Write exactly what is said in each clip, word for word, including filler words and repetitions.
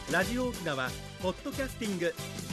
ラジオ沖縄ポッドキャスティング。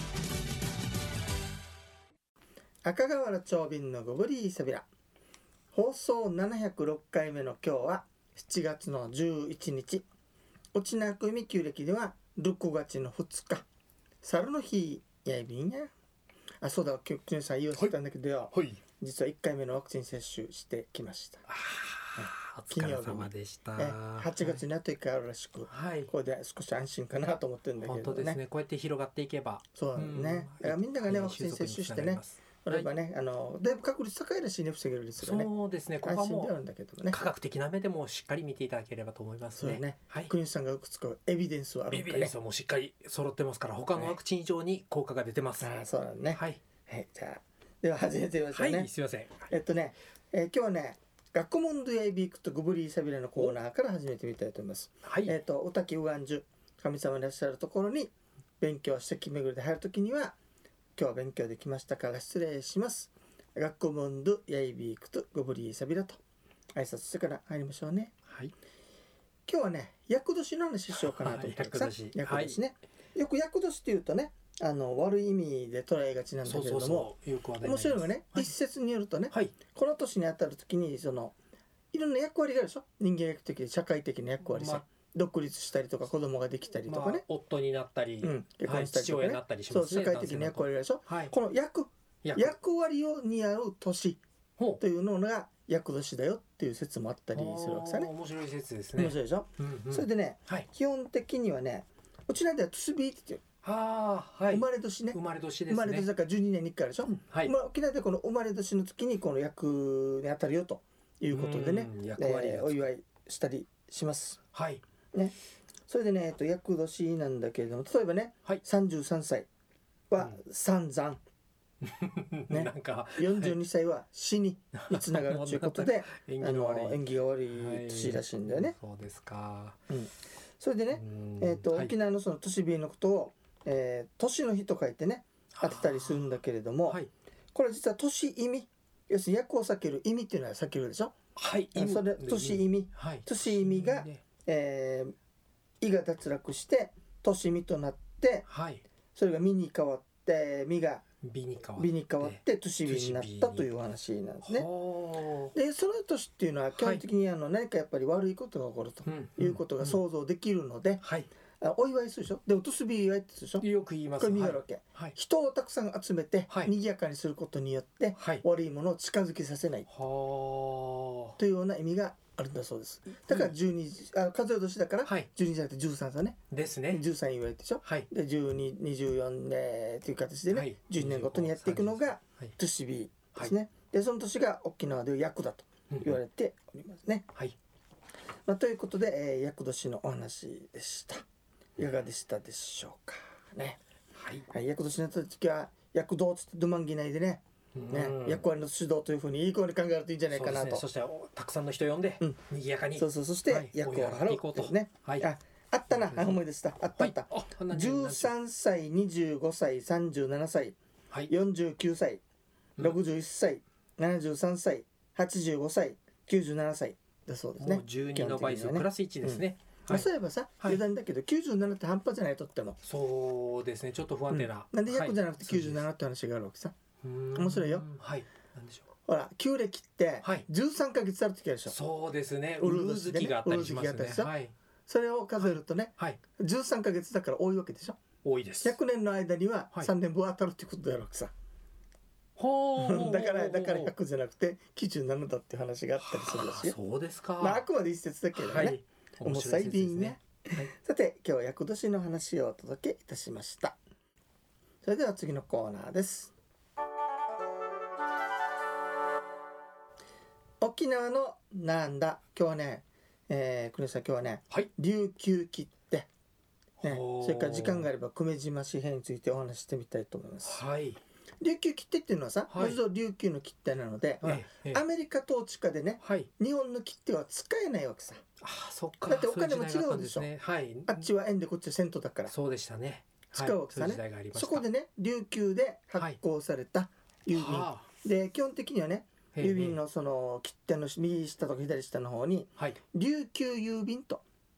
赤瓦長瓶のごぶりさびら、放送ななひゃくろっかいめの今日はしちがつのじゅういちにち、沖縄組旧暦ではろくがつのふつか、猿の日やいびんや。あ、そうだ、今日さん言わせたんだけどよ、 はい、 実はいっかいめのワクチン接種してきました。 あ、お疲れ様でした。 はちがつにあといっかいあるらしく、はい、これで少し安心かなと思ってるんだけどね。 本当ですね、こうやって広がっていけば。 そうね、だからみんながねワクチン接種してね、これはね、はい、あのだいぶ確率高いらしいね、防げる率がね。 そうですね、ここはもう安心であるんだけどね、 科学的な目でもしっかり見ていただければと思いますね。 そうね、 はい、 国さんがよく使うエビデンスはあるかね。 エビデンスはもうしっかり揃ってますから、他のワクチン以上に効果が出てます。 はい、あ、そうなんね。はい、はい、じゃあでは始めてみましょうね。 はい、すいません。 えっとね、えー、今日はね、学校問題やいびくとグブリーサビラのコーナーから始めてみたいと思います。はい、えっとおたきうがんじゅ神様いらっしゃるところに勉強してき巡りで入るときには、今日は勉強できましたから失礼します。学校問題やいびくとグブリーサビラと挨拶してから入りましょうね。はい、今日はね、厄年の話しようかなと思ってさ、厄年ね、はい、よく厄年っていうとね、あの悪い意味で捉えがちなんだけれども、そうそうそう、よく話題になります。面白いのがね、はい、一説によるとね、はい、この年にあたるときにそのいろんな役割があるでしょ。人間的で社会的な役割さ、まあ、独立したりとか子供ができたりとかね、まあ、 夫になったり、うん、 結婚したりとかね、はい、父親になったりしますね。そう、社会的な役割があるでしょ、はい、この役役割を担う年というのが厄年だよっていう説もあったりするわけさね。 面白い説ですね。 面白いでしょ、うんうん、それでね、はい、基本的にはね、うちらではトゥスビーって言ってる。はあ、はい、生まれ年ね。 生まれ年ですね。 生まれ年だからじゅうにねんにいっかいでしょ、うん、はい、まあ、沖縄でこの生まれ年の月にこの役に当たるよということでね、役割、えー、お祝いしたりします。はい。ね。それでね、えっと厄年なんだけれども、例えばね、はい、さんじゅうさんさいは三山、ね、なんかよんじゅうにさいは死ににつながるということで縁起が悪い、縁起が悪い年らしいんだよね。はい、そうですか。うん、それでね、えーとはい、沖縄のその年日のことを、えー、年の日と書いてね当てたりするんだけれども、はい、これ実は年意味、要するに厄を避ける意味っていうのは避けるでしょ。はい。それ年意味、はい、年意味が、ね、えー、意が脱落して年意となって、はい、それが身に変わって身が美に変わって、美に変わって年日になったという話なんですね。でその年っていうのは基本的にあの何かやっぱり悪いことが起こるということが想像できるので、はいうんうん、お祝いするでしょ。でおとすび祝いって言うでしょ。よく言います。これ見えるわけ、はい、人をたくさん集めて、はい、賑やかにすることによって、はい、悪いものを近づけさせない、というような意味があるんだそうです。だからじゅうに、あ、数え年だからじゅうにじゃなくてじゅうさんさね。ですね。じゅうさん言われてでしょ。はい、でじゅうに、にじゅうよんねという形でね、はい、じゅうにねんごとにやっていくのがトゥシビですね。はい、でその年が沖縄で厄だと言われておりますね。はい。まあ、ということで、えー、厄年のお話でした。いかがでしたでしょうかね。はい。はい、厄年の時は厄道つってどまんぎないでね。ね、役割の指導というふうにいい子に考えるといいんじゃないかなと。 そうですね、そしてたくさんの人呼んで、うん、賑やかに、そうそう、そして役を払うとね、はい、あ, あったな、思い出した、あったあった、はい、じゅうさんさい、にじゅうごさい、さんじゅうななさい、はい、よんじゅうきゅうさい、ろくじゅういっさい、ななじゅうさんさい、はちじゅうごさい、きゅうじゅうななさいだそうですね。もうじゅうにの倍数、ね、プラスいちですね。うん、はい、まあ、そういえばさ、余談だけどきゅうじゅうななって半端じゃないとっても、そうですね、ちょっと不安定な、うん、なんでひゃくじゃなくてきゅうじゅうななって話があるわけさ。面白いよ。はい。なんでしょう。ほら、旧暦ってじゅうさんかげつある時あるでしょ。そうですね。ウルー月があったりしますね。はい。それを数えるとね、はい、じゅうさんかげつだから多いわけでしょ。多いです。ひゃくねんの間にはさんねんぶん当たるってことだろうさ。ほー。だからだからひゃくじゃなくてきゅうじゅうななだっていう話があったりするらしいよ。そうですか。まああくまで一説だけどね。はい。面白いですね。はい、さて今日は厄年の話をお届けいたしました。それでは次のコーナーです。沖縄のなんだ、今日はね、えー、国さん今日はね、はい、琉球切手、ね、それから時間があれば久米島紙幣についてお話してみたいと思います。はい、琉球切手っていうのはさ、はい、琉球の切手なので、ええ、アメリカ統治下でね、はい、日本の切手は使えないわけさ。あ、そっか。だってお金も違うでしょ。ううでね、はい、あっちは円でこっちはセントだから。そうでしたね。使うわけさね。はい、そ, そこでね、琉球で発行された郵便、はい、で基本的にはね、郵便のその切手の右下とか左下の方に、はい、琉球郵便と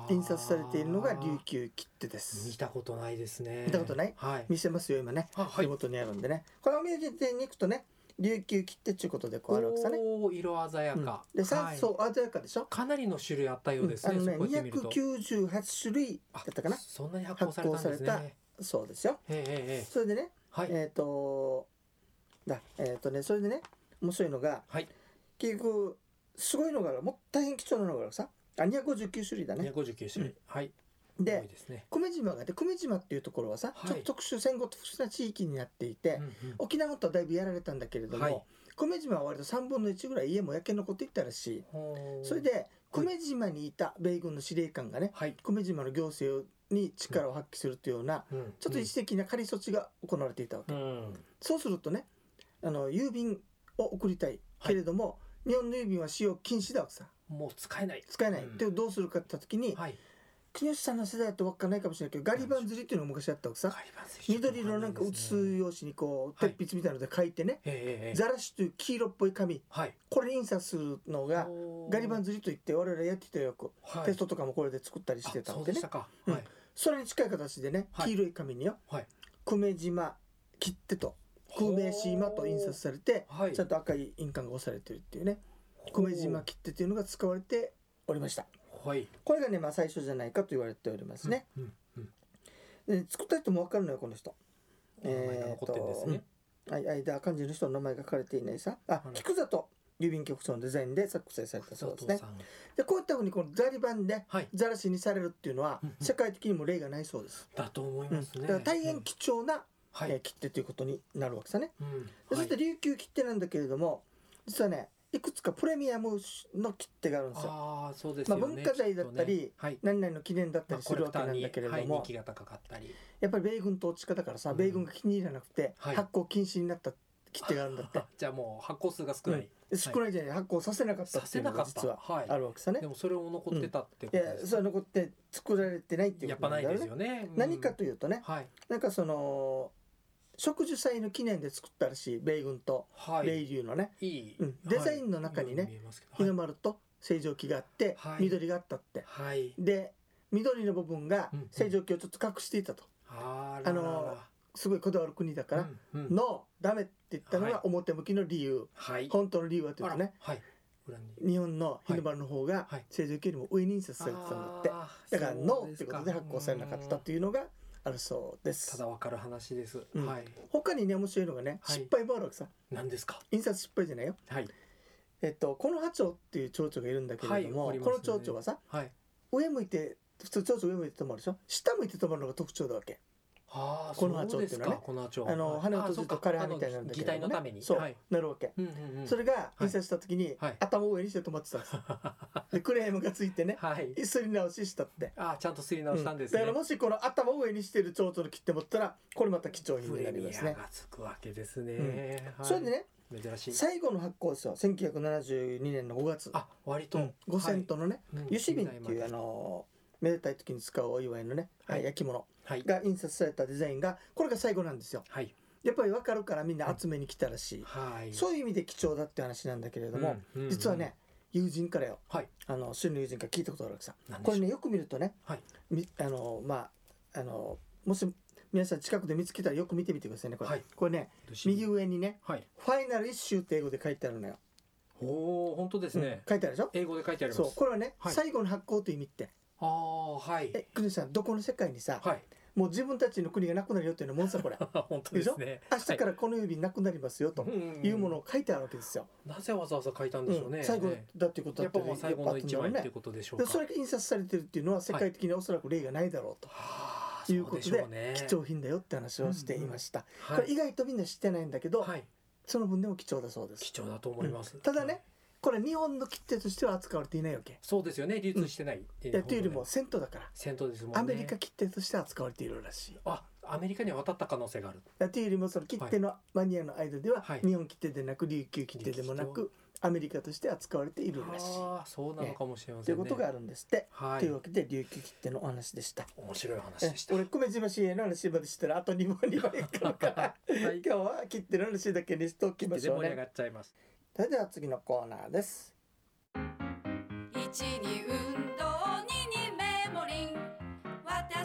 印刷されているのが琉球切手です。 見たことないですね。 見たことない、はい、見せますよ今ね、手元にあるんでね。これお土産店に行くとね、琉球切手っていうことでこうあるわけさね。 お色鮮やか、 うん、でさ、はい、そう鮮やかでしょ。 かなりの種類あったようですね、 うん、あのねにひゃくきゅうじゅうはち種類だったかな。 そんなに発行されたんですね。発行されたそうですよ。 へー。 それでね、はい、えっ、ー、とだえっ、ー、とねそれでね面白いのが、はい、結局すごいのがもっ大変貴重なのがさ、あにひゃくごじゅうきゅう種類だね。にひゃくごじゅうきゅう種類、うん、はい。で、ね、久米島がで久米島っていうところはさ、はい、ちょっと特殊戦後特殊な地域になっていて、うんうん、沖縄とはだいぶやられたんだけれども、はい、久米島は割とさんぶんのいちぐらい家も焼け残っていったらしい。それで久米島にいた米軍の司令官がね、はい、久米島の行政に力を発揮するというような、うん、ちょっと一時的な仮措置が行われていたわけ、うん、そうするとね、あの郵便を送りたいけれども、はい、日本の郵便は使用禁止だわけさ。 もう使えない使えない、うん、でどうするかって言った時に、はい、国吉さんの世代だと分かんないかもしれないけど、ガリバン釣りっていうのが昔あったわけさ。緑色のなんか写す用紙にこう、はい、鉄筆みたいなので書いてね、ザラシという黄色っぽい紙、はい、これ印刷するのがガリバン釣りといって我々やってたよく、はい、テストとかもこれで作ったりしてたわけね。うん、はい、それに近い形でね、黄色い紙によ、はい、久米島切手と久米島と印刷されて、はい、ちゃんと赤い印鑑が押されてるっていうね、久米島切手というのが使われておりました。はい、これがね、まあ、最初じゃないかと言われておりますね。うんうんうん、で作った人も分かるのよこの人。えー、っと、ね、うん、間漢字の人の名前が書かれていないさ、あ、菊里郵便局長のデザインで作成されたそうですね。でこういったふうにこのザリ版でザラシにされるっていうのは、はい、世界的にも例がないそうです。 だと思いますね。 うん、だから大変貴重な、はい、えー、切手ということになるわけさね。うん、でそして琉球切手なんだけれども、実はねいくつかプレミアムの切手があるんですよ。 あ、そうですよね。 まあ、文化財だったり、ね、はい、何々の記念だったりするわけなんだけれども、まあ、 人気が高かったり、 やっぱり米軍統治下だからさ、うん、米軍が気に入らなくて、はい、発行禁止になった切手があるんだって。 じゃあもう発行数が少ない、 うん、少ないじゃない、はい、発行させなかったっていうのが実はあるわけさね。 でもそれも残ってたってことですか。うん、いや、それ残って作られてないっていうことなんだよね。やっぱないですよね。うん、何かというとね、はい、なんかその植樹祭の記念で作ったらしい、米軍と米竜のね、はい、いい、うん、デザインの中にね、はい、日の丸と星条旗があって、はい、緑があったって、はい、で緑の部分が星条旗をちょっと隠していたと、うんうん、あのすごいこだわる国だから、うんうん、のダメって言ったのが表向きの理由、はい、本当の理由はというとね、はい、日本の日の丸の方が星条旗よりも上に印刷されてたんだって、はい、だからノーってことで発行されなかったっていうのがあるそうです。 ただ分かる話です。 うん、 はい。 他にね面白いのがね、はい、失敗もあるわけさ。 何ですか。 印刷失敗じゃないよ。はい。えっとこの葉町っていう蝶々がいるんだけれども、はい、この蝶々はさ、はい、上向いて普通蝶々上向いて止まるでしょ。下向いて止まるのが特徴だわけ。ああ、この葉蝶っていうのはね、この葉蝶、あの羽を閉じると枯れ葉みたいなんだけど、ね、擬態のためにそう、はい、なるわけ、うんうんうん、それが印刷した時に、はい、頭を上にして止まってたんですでクレームがついてね、はい、すり直ししたって。 ああ、ちゃんとすり直したんですね、 うん、だからもしこの頭を上にしてる蝶々の切って持ったらこれまた貴重品になりますね。 プレミアがつくわけですね、 うん、はい、それでね珍しい最後の発行ですよ、せんきゅうひゃくななじゅうにねんのごがつ。 あ、割と、うん、 ごセントのね、はい、油脂瓶っていうあのめでたい時に使うお祝いのね、はい、焼き物が印刷されたデザインがこれが最後なんですよ、はい、やっぱり分かるからみんな集めに来たらしい、はい、そういう意味で貴重だって話なんだけれども、うんうんうん、実はね友人からよ、はい、あの旬の友人から聞いたことがあるわけさ。これねよく見るとね、はい、あのまああのもし皆さん近くで見つけたらよく見てみてくださいねこれ、はい、これね右上にね、はい、ファイナルイッシュって英語で書いてあるのよ。 おー、本当ですね、うん、 書いてあるでしょ。 英語で書いてあります。 そう、これはね、はい、最後の発行という意味って、 ああ、はい。 え、国さんどこの世界にさ、はい、もう自分たちの国がなくなるよっていうのもんさこれ本当ですね。 明日からこの指なくなりますよというものを書いてあるわけですよ。 なぜわざわざ書いたんでしょうね、 うん、最後だっていうことだったら、 やっぱ最後の一枚っていうことでしょうか。 でそれが印刷されてるっていうのは世界的におそらく例がないだろうと、はい、いうことで、ね、貴重品だよって話をしていました、うんうん、これ意外とみんな知ってないんだけど、はい、その分でも貴重だそうです。 貴重だと思います、 うん、ただね、はい、これ日本の切手としては扱われていないわけ。 そうですよね、流通してない、うん、 というよりもセントだから、 セントですもんね。 アメリカ切手として扱われているらしい。 あ、アメリカには渡った可能性がある。 というよりもその切手のマニアの間では、はい、日本切手でなく琉球切手でもなくアメリカとして扱われているらしい。 ああ、そうなのかもしれませんね。 ということがあるんですって、はい、というわけで琉球切手のお話でした。 面白い話でした。 俺久米島市営の話までしたらあとに問にはいくから、はい、今日は切手の話だけにしておきましょうね。 切手で盛り上がっちゃいます。 それでは次のコーナーです。 いちに運動ににメモ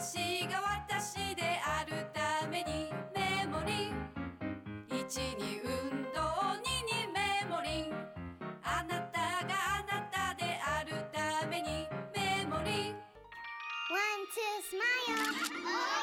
私が私であるためにメモリン、いちに運動、ににメモリン、あなたがあなたであるためにメモリン。 ワンツースマイル オーピー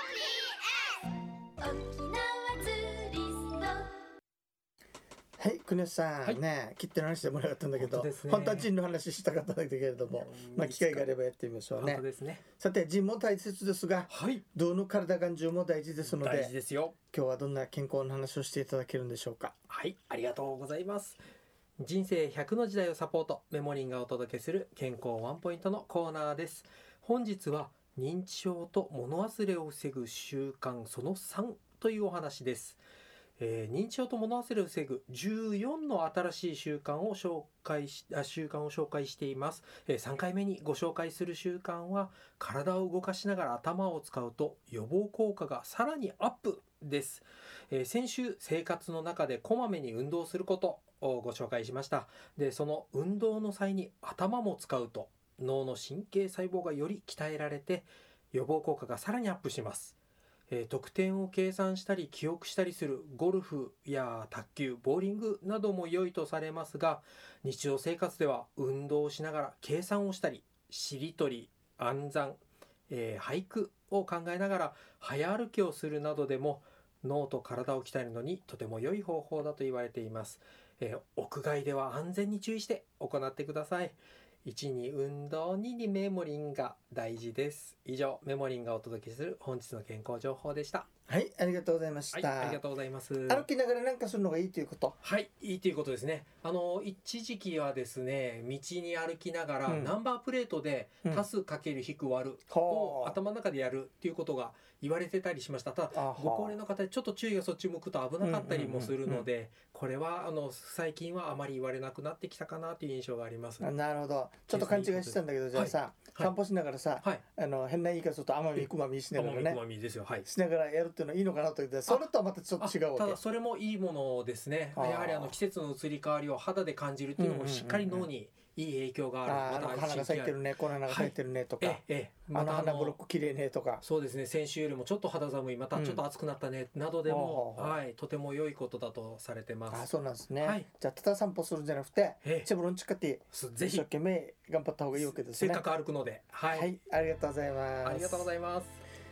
エス 沖縄ツーリスト。 はい、国吉さん、はい、ね、切手の話でもなかったんだけど、ね、本当はジンの話したかったんだけれども、まあ機会があればやってみましょうね。 本当ですね。 さて、ジンも大切ですが、はい、どの体眼中も大事ですので、 大事ですよ。 今日はどんな健康の話をしていただけるんでしょうか。 はい、ありがとうございます。人生ひゃくの時代をサポート、メモリンがお届けする健康ワンポイントのコーナーです。本日は認知症と物忘れを防ぐ習慣そのさんというお話です。えー、認知症と物忘れを防ぐじゅうよんの新しい習慣を紹介しあ習慣を紹介しています。えー、さんかいめにご紹介する習慣は、体を動かしながら頭を使うと予防効果がさらにアップです。えー、先週、生活の中でこまめに運動することをご紹介しました。で、その運動の際に頭も使うと脳の神経細胞がより鍛えられて予防効果がさらにアップします。えー、得点を計算したり記憶したりするゴルフや卓球、ボーリングなども良いとされますが、日常生活では運動をしながら計算をしたり、しりとり、暗算、えー、俳句を考えながら早歩きをするなどでも脳と体を鍛えるのにとても良い方法だと言われています。えー、屋外では安全に注意して行ってください。いちに運動、ににメモリンが大事です。以上、メモリンがお届けする本日の健康情報でした。 はい、ありがとうございました。 はい、ありがとうございます。 歩きながらなんかするのがいいということ。 はい、いいということですね。あの一時期はですね、道に歩きながら、うん、ナンバープレートで足すかける引く割るを頭の中でやるっていうことが言われてたりしました。ただご高齢の方でちょっと注意がそっち向くと危なかったりもするので、これはあの最近はあまり言われなくなってきたかなという印象があります。 なるほど。ちょっと勘違いしてたんだけど、じゃあさ、はい、散歩しながらさ、はい、あの変な言い方すると奄美くまみしながらね、 奄美くまみですよ、はい、 しながらやるっていうのはいいのかなと言って、それとはまたちょっと違うわけ。 ただそれもいいものですね。やはりあの季節の移り変わりを肌で感じるっていうのもしっかり脳にいい影響がある。 あ、ま、あの花が咲いてるね、この花が咲いてるねとか、はい、ええ、ま、あの花ブロック綺麗ねとか、 そうですね、先週よりもちょっと肌寒い、またちょっと暑くなったね、うん、などでも、はい、とても良いことだとされてます。 あ、そうなんですね、はい、じゃあただ散歩するんじゃなくてチェブロンチカティぜひ一生懸命頑張った方がいいわけですね。 せっかく歩くので、はい、 はい、ありがとうございます。 ありがとうございます。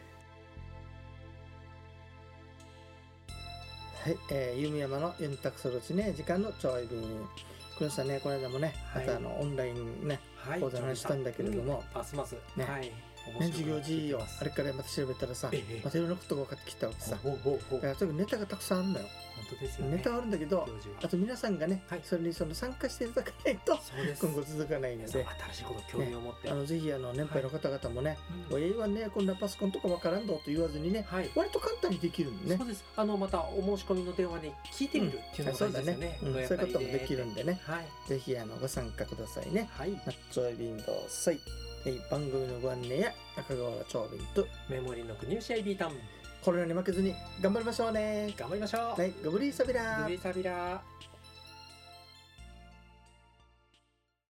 はい、えー、弓山のユンタクソロチね、時間のちょい便。これさね、この間もね、またあのオンラインね、講座の話したんだけれども、 ますますね、授業時をあれからまた調べたらさ、またいろんなことが分かってきたわけさ。だからとにかくネタがたくさんあるのよ。 本当ですよね。 ネタはあるんだけど、あと皆さんがね、それにその参加していただかないと今後続かないので、 新しいこと興味を持って、 あのぜひあの年配の方々もね、おやいはね、こんなパソコンとかわからんどと言わずにね、割と簡単にできるんでね。 そうです。あのまたお申し込みの電話で聞いてみるっていうのが大事ですよね。 そういうこともできるんでね、ぜひあのご参加くださいね。はい。マッチョイビンドサイ。番組のご案内や中川長瓶とメモリーの国吉アイビータウン、 コロナに負けずに頑張りましょうね。 頑張りましょう。 はい、ゴブリーサビラー。 ゴブリーサビラー。